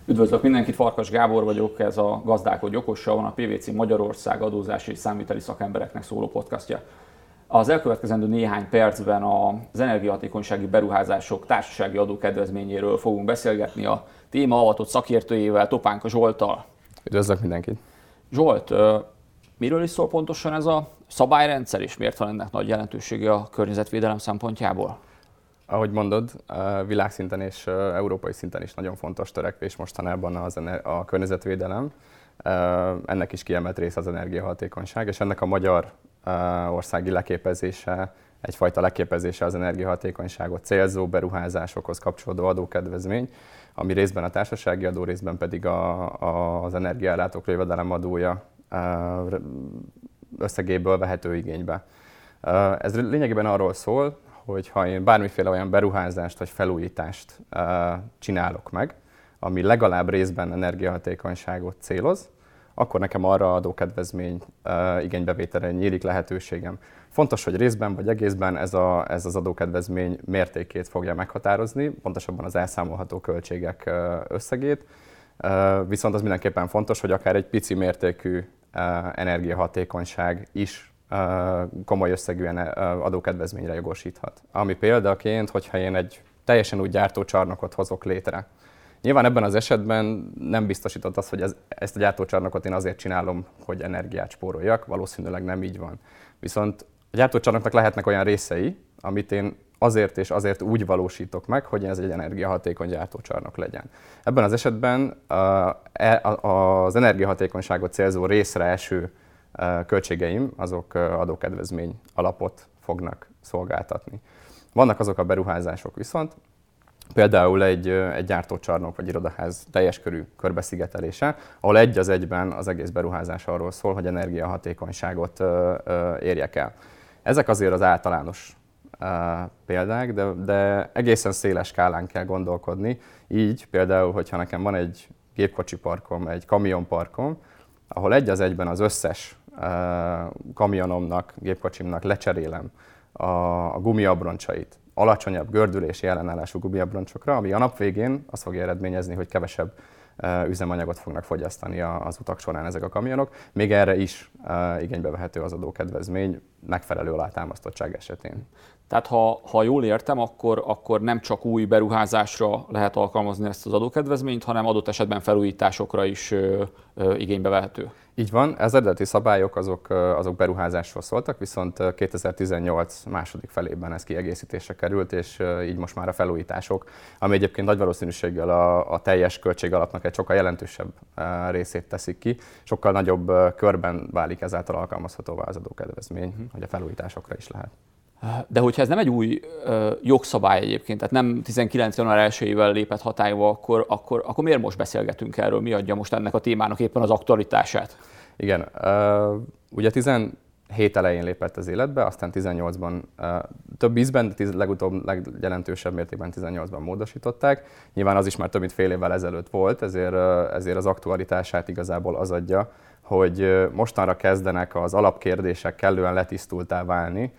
Üdvözlök mindenkit, Farkas Gábor vagyok, ez a Gazdálkodj okossal, van a PwC Magyarország adózási és számviteli szakembereknek szóló podcastja. Az elkövetkezendő néhány percben az energiahatékonysági beruházások társasági adókedvezményéről fogunk beszélgetni a téma avatott szakértőjével, Topánka Zsolttal. Üdvözlök mindenkit! Zsolt, miről is szól pontosan ez a szabályrendszer, és miért van ennek nagy jelentősége a környezetvédelem szempontjából? Ahogy mondod, világszinten és európai szinten is nagyon fontos törekvés mostanában a környezetvédelem. Ennek is kiemelt része az energiahatékonyság, és ennek a magyar országi leképezése, egyfajta leképezése az energiahatékonyságot célzó beruházásokhoz kapcsolódó adókedvezmény, ami részben a társasági adó, részben pedig az energiaellátók jövedelemadója összegéből vehető igénybe. Ez lényegében arról szól, hogy ha én bármiféle olyan beruházást vagy felújítást csinálok meg, ami legalább részben energiahatékonyságot céloz, akkor nekem arra adókedvezmény igénybevételre nyílik lehetőségem. Fontos, hogy részben vagy egészben ez az adókedvezmény mértékét fogja meghatározni, pontosabban az elszámolható költségek összegét, viszont az mindenképpen fontos, hogy akár egy pici mértékű energiahatékonyság is komoly összegű adókedvezményre jogosíthat. Ami példaként, hogyha én egy teljesen új gyártócsarnokot hozok létre. Nyilván ebben az esetben nem biztosított az, hogy ezt a gyártócsarnokot én azért csinálom, hogy energiát spóroljak, valószínűleg nem így van. Viszont a gyártócsarnoknak lehetnek olyan részei, amit én azért úgy valósítok meg, hogy ez egy energiahatékony gyártócsarnok legyen. Ebben az esetben az energiahatékonyságot célzó részre eső költségeim, azok adókedvezmény alapot fognak szolgáltatni. Vannak azok a beruházások viszont, például egy gyártócsarnok vagy irodaház teljes körű körbeszigetelése, ahol egy az egyben az egész beruházás arról szól, hogy energiahatékonyságot érjek el. Ezek azért az általános példák, de egészen széles skálán kell gondolkodni. Így például, hogyha nekem van egy gépkocsi parkom, egy kamionparkom, ahol egy az egyben az összes kamionomnak, gépkocsimnak lecserélem a gumiabroncsait alacsonyabb gördülési ellenállású gumiabroncsokra, ami a nap végén azt fogja eredményezni, hogy kevesebb üzemanyagot fognak fogyasztani az utak során ezek a kamionok. Még erre is igénybe vehető az adókedvezmény megfelelő alátámasztottság esetén. Tehát ha jól értem, akkor nem csak új beruházásra lehet alkalmazni ezt az adókedvezményt, hanem adott esetben felújításokra is igénybe vehető. Így van, az eredeti szabályok azok beruházásról szóltak, viszont 2018 második felében ez kiegészítésre került, és így most már a felújítások, ami egyébként nagy valószínűséggel a teljes költségalapnak egy sokkal jelentősebb részét teszik ki, sokkal nagyobb körben válik ezáltal alkalmazhatóvá az adókedvezmény, hogy a felújításokra is lehet. De hogyha ez nem egy új jogszabály egyébként, tehát nem 19. január 1-ével lépett hatályba, akkor miért most beszélgetünk erről? Mi adja most ennek a témának éppen az aktualitását? Igen, ugye 17 elején lépett az életbe, aztán 18-ban több ízben, de legutóbb legjelentősebb mértékben 18-ban módosították. Nyilván az is már több mint fél évvel ezelőtt volt, ezért az aktualitását igazából az adja, hogy mostanra kezdenek az alapkérdések kellően letisztultá válni,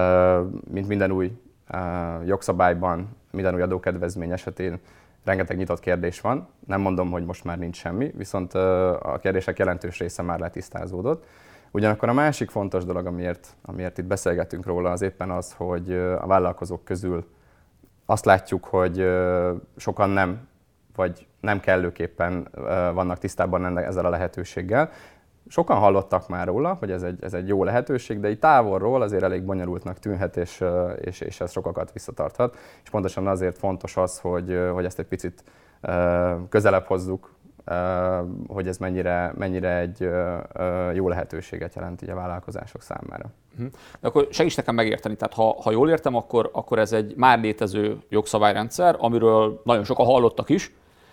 mint minden új jogszabályban, minden új adókedvezmény esetén rengeteg nyitott kérdés van. Nem mondom, hogy most már nincs semmi, viszont a kérdések jelentős része már letisztázódott. Ugyanakkor a másik fontos dolog, amiért itt beszélgetünk róla, az éppen az, hogy a vállalkozók közül azt látjuk, hogy sokan nem kellőképpen vannak tisztában ezzel a lehetőséggel. Sokan hallottak már róla, hogy ez egy jó lehetőség, de így távolról azért elég bonyolultnak tűnhet, és ez sokakat visszatarthat. És pontosan azért fontos az, hogy ezt egy picit közelebb hozzuk, hogy ez mennyire egy jó lehetőséget jelent így a vállalkozások számára. De akkor segíts nekem megérteni, tehát ha jól értem, akkor ez egy már létező jogszabályrendszer, amiről nagyon sokan hallottak is,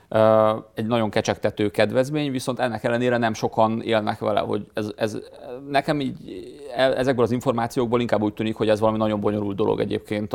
egy nagyon kecsegtető kedvezmény, viszont ennek ellenére nem sokan élnek vele, hogy ez nekem így ezekből az információkból inkább úgy tűnik, hogy ez valami nagyon bonyolult dolog egyébként,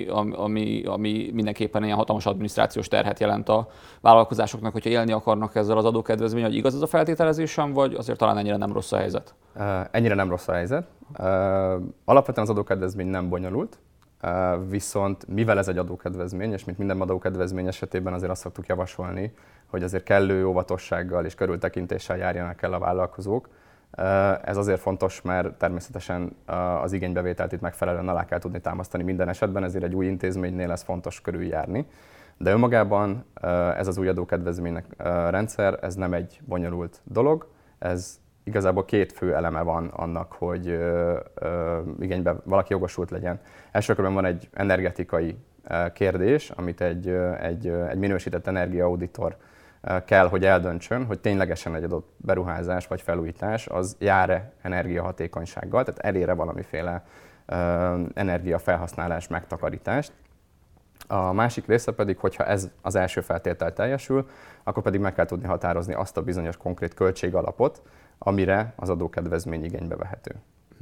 ami mindenképpen ilyen hatalmas adminisztrációs terhet jelent a vállalkozásoknak, hogyha élni akarnak ezzel az adókedvezménnyel, hogy igaz ez a feltételezésem, vagy azért talán ennyire nem rossz a helyzet? Ennyire nem rossz a helyzet. Alapvetően az adókedvezmény nem bonyolult. viszont mivel ez egy adókedvezmény, és mint minden adókedvezmény esetében azért azt szoktuk javasolni, hogy azért kellő óvatossággal és körültekintéssel járjanak el a vállalkozók. Ez azért fontos, mert természetesen az igénybevételt itt megfelelően alá kell tudni támasztani minden esetben, ezért egy új intézménynél ez fontos körüljárni. De önmagában ez az új adókedvezménynek rendszer, ez nem egy bonyolult dolog, ez igazából két fő eleme van annak, hogy igénybe valaki jogosult legyen. Első körben van egy energetikai kérdés, amit egy minősített energiaauditor kell, hogy eldöntsön, hogy ténylegesen egy adott beruházás vagy felújítás az jár-e energiahatékonysággal, tehát elér-e valamiféle energiafelhasználás megtakarítást. A másik része pedig, hogyha ez az első feltétel teljesül, akkor pedig meg kell tudni határozni azt a bizonyos konkrét költségalapot, amire az adókedvezmény igénybe vehető.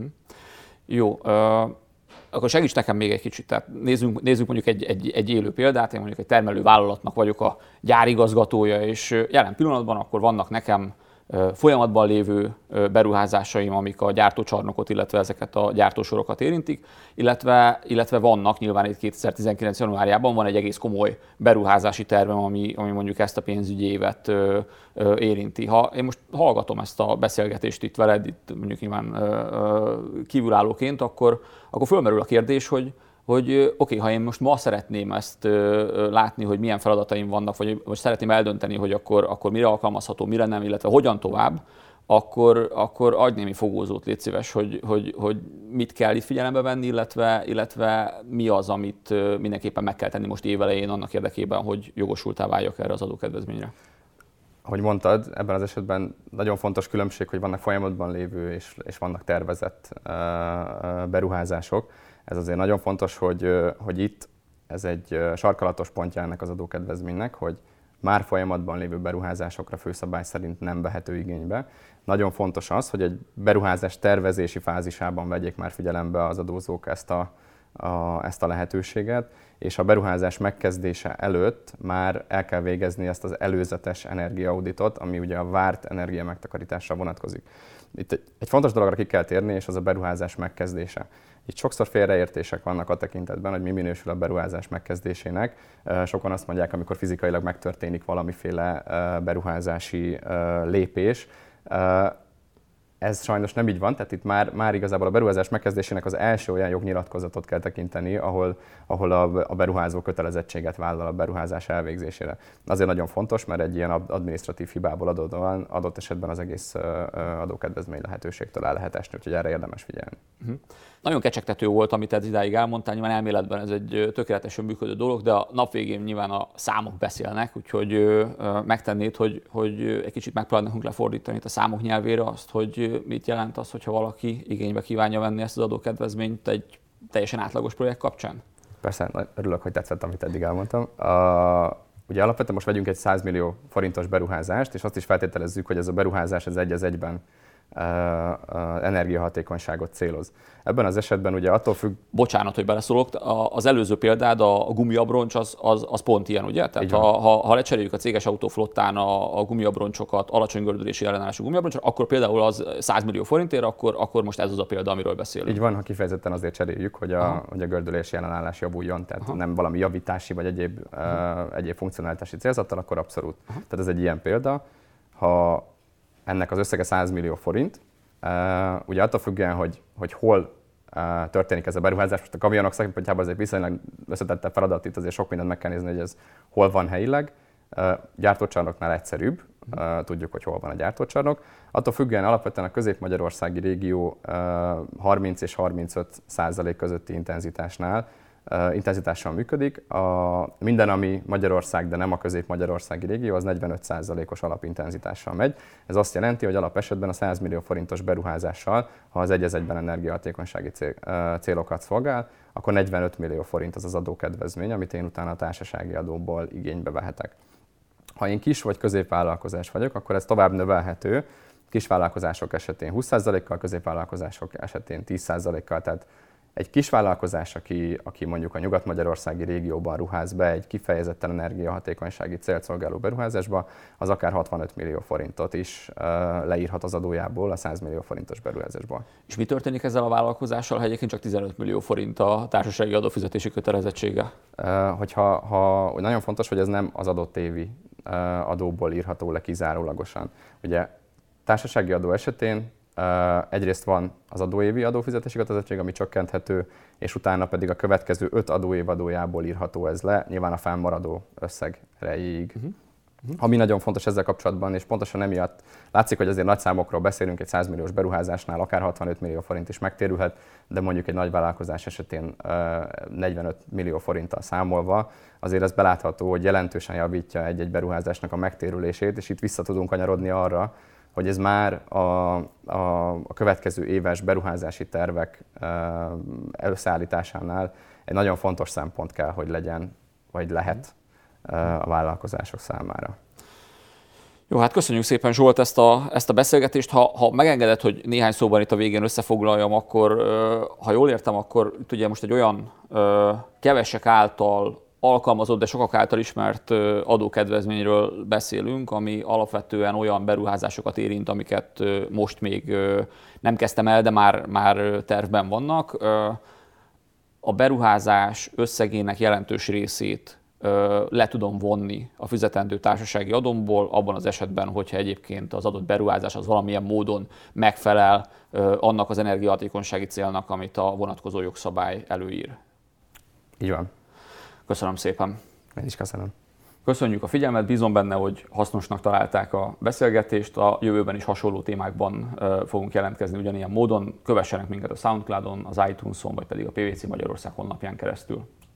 Jó, akkor segíts nekem még egy kicsit. Tehát nézzünk mondjuk egy élő példát. Én mondjuk egy termelő vállalatnak vagyok a gyárigazgatója, és jelen pillanatban akkor vannak nekem folyamatban lévő beruházásaim, amik a gyártócsarnokot, illetve ezeket a gyártósorokat érintik, illetve vannak nyilván itt 2019. januárjában van egy egész komoly beruházási tervem, ami mondjuk ezt a pénzügyi évet érinti. Ha én most hallgatom ezt a beszélgetést itt veled, itt mondjuk nyilván kívülállóként, akkor fölmerül a kérdés, hogy oké, ha én most ma szeretném ezt látni, hogy milyen feladataim vannak, vagy szeretném eldönteni, hogy akkor mire alkalmazható, mire nem, illetve hogyan tovább, akkor adj némi fogózót, légy szíves, hogy mit kell itt figyelembe venni, illetve mi az, amit mindenképpen meg kell tenni most évelején annak érdekében, hogy jogosultá váljak erre az adókedvezményre. Ahogy mondtad, ebben az esetben nagyon fontos különbség, hogy vannak folyamatban lévő és vannak tervezett beruházások. Ez azért nagyon fontos, hogy itt ez egy sarkalatos pontja ennek az adókedvezménynek, hogy már folyamatban lévő beruházásokra főszabály szerint nem vehető igénybe. Nagyon fontos az, hogy egy beruházás tervezési fázisában vegyék már figyelembe az adózók ezt a lehetőséget, és a beruházás megkezdése előtt már el kell végezni ezt az előzetes energiaauditot, ami ugye a várt energia megtakarításra vonatkozik. Itt egy fontos dologra ki kell térni, és az a beruházás megkezdése. Itt sokszor félreértések vannak a tekintetben, hogy mi minősül a beruházás megkezdésének. Sokan azt mondják, amikor fizikailag megtörténik valamiféle beruházási lépés. Ez sajnos nem így van, tehát itt már igazából a beruházás megkezdésének az első olyan jognyilatkozatot kell tekinteni, ahol a beruházó kötelezettséget vállal a beruházás elvégzésére. Azért nagyon fontos, mert egy ilyen adminisztratív hibából adódóan adott esetben az egész adókedvezmény lehetőségtől el lehet esni, úgyhogy erre érdemes figyelni. Nagyon kecsegtető volt, amit ez idáig elmondtál, nyilván elméletben ez egy tökéletesen működő dolog, de a nap végén nyilván a számok beszélnek, úgyhogy megtennéd, hogy egy kicsit megpróbálnunk lefordítani itt a számok nyelvére azt, hogy mit jelent az, hogyha valaki igénybe kívánja venni ezt az adókedvezményt egy teljesen átlagos projekt kapcsán? Persze, örülök, hogy tetszett, amit eddig elmondtam. Ugye alapvetően most vegyünk egy 100 millió forintos beruházást, és azt is feltételezzük, hogy ez a beruházás egy az egyben energiahatékonyságot céloz. Ebben az esetben ugye attól függ... Bocsánat, hogy beleszólok, az előző példád, a gumiabroncs, az pont ilyen, ugye? Tehát ha lecseréljük a céges autóflottán a gumiabroncsokat, alacsony gördülési ellenállású gumiabroncsra, akkor például az 100 millió forintért, akkor most ez az a példa, amiről beszélünk. Így van, ha kifejezetten azért cseréljük, hogy a gördülési ellenállás javuljon, tehát nem valami javítási vagy egyéb funkcionalitási célzattal, akkor abszolút. Tehát ez egy ilyen példa. Ha ennek az összege 100 millió forint. Ugye attól függően, hogy hol történik ez a beruházás, most a kamionok szempontjából ez egy viszonylag összetettebb feladat, itt azért sok mindent meg kell nézni, hogy ez hol van helyileg. Gyártócsarnoknál egyszerűbb, tudjuk, hogy hol van a gyártócsarnok. Attól függően alapvetően a közép-magyarországi régió 30 és 35% közötti intenzitással működik. Minden, ami Magyarország, de nem a közép-magyarországi régió, az 45%-os alapintenzitással megy. Ez azt jelenti, hogy alapesetben a 100 millió forintos beruházással, ha az egy az egyben energiahatékonysági célokat szolgál, akkor 45 millió forint az az adókedvezmény, amit én utána a társasági adóból igénybe vehetek. Ha én kis vagy középvállalkozás vagyok, akkor ez tovább növelhető. Kisvállalkozások esetén 20%-kal, középvállalkozások esetén 10%-kal, tehát Egy kis vállalkozás, aki mondjuk a nyugat-magyarországi régióban ruház be egy kifejezetten energiahatékonysági célt szolgáló beruházásba, az akár 65 millió forintot is leírhat az adójából a 100 millió forintos beruházásból. És mi történik ezzel a vállalkozással, ha egyébként csak 15 millió forint a társasági adófizetési kötelezettsége? Hogyha nagyon fontos, hogy ez nem az adott évi adóból írható le kizárólagosan. Ugye társasági adó esetén egyrészt van az adóévi adófizetési kötelezettség, ami csökkenthető, és utána pedig a következő 5 adóév adójából írható ez le, nyilván a fennmaradó összeg erejéig. Ami nagyon fontos ezzel kapcsolatban, és pontosan emiatt látszik, hogy azért nagy számokról beszélünk, egy 100 milliós beruházásnál akár 65 millió forint is megtérülhet, de mondjuk egy nagy vállalkozás esetén 45 millió forinttal számolva, azért ez belátható, hogy jelentősen javítja egy-egy beruházásnak a megtérülését, és itt vissza tudunk kanyarodni arra, hogy ez már a következő éves beruházási tervek összeállításánál egy nagyon fontos szempont kell, hogy legyen, vagy lehet a vállalkozások számára. Jó, hát köszönjük szépen, Zsolt, ezt a beszélgetést. Ha megengeded, hogy néhány szóban itt a végén összefoglaljam, akkor ha jól értem, akkor itt ugye most egy olyan kevesek által alkalmazott, de sokak által ismert adókedvezményről beszélünk, ami alapvetően olyan beruházásokat érint, amiket most még nem kezdtem el, de már tervben vannak. A beruházás összegének jelentős részét le tudom vonni a fizetendő társasági adómból, abban az esetben, hogyha egyébként az adott beruházás az valamilyen módon megfelel annak az energiahatékonysági célnak, amit a vonatkozó jogszabály előír. Így van. Köszönöm szépen. Én is köszönöm. Köszönjük a figyelmet, bízom benne, hogy hasznosnak találták a beszélgetést. A jövőben is hasonló témákban fogunk jelentkezni ugyanilyen módon. Kövessenek minket a SoundCloudon, az iTunes-on, vagy pedig a PwC Magyarország honlapján keresztül.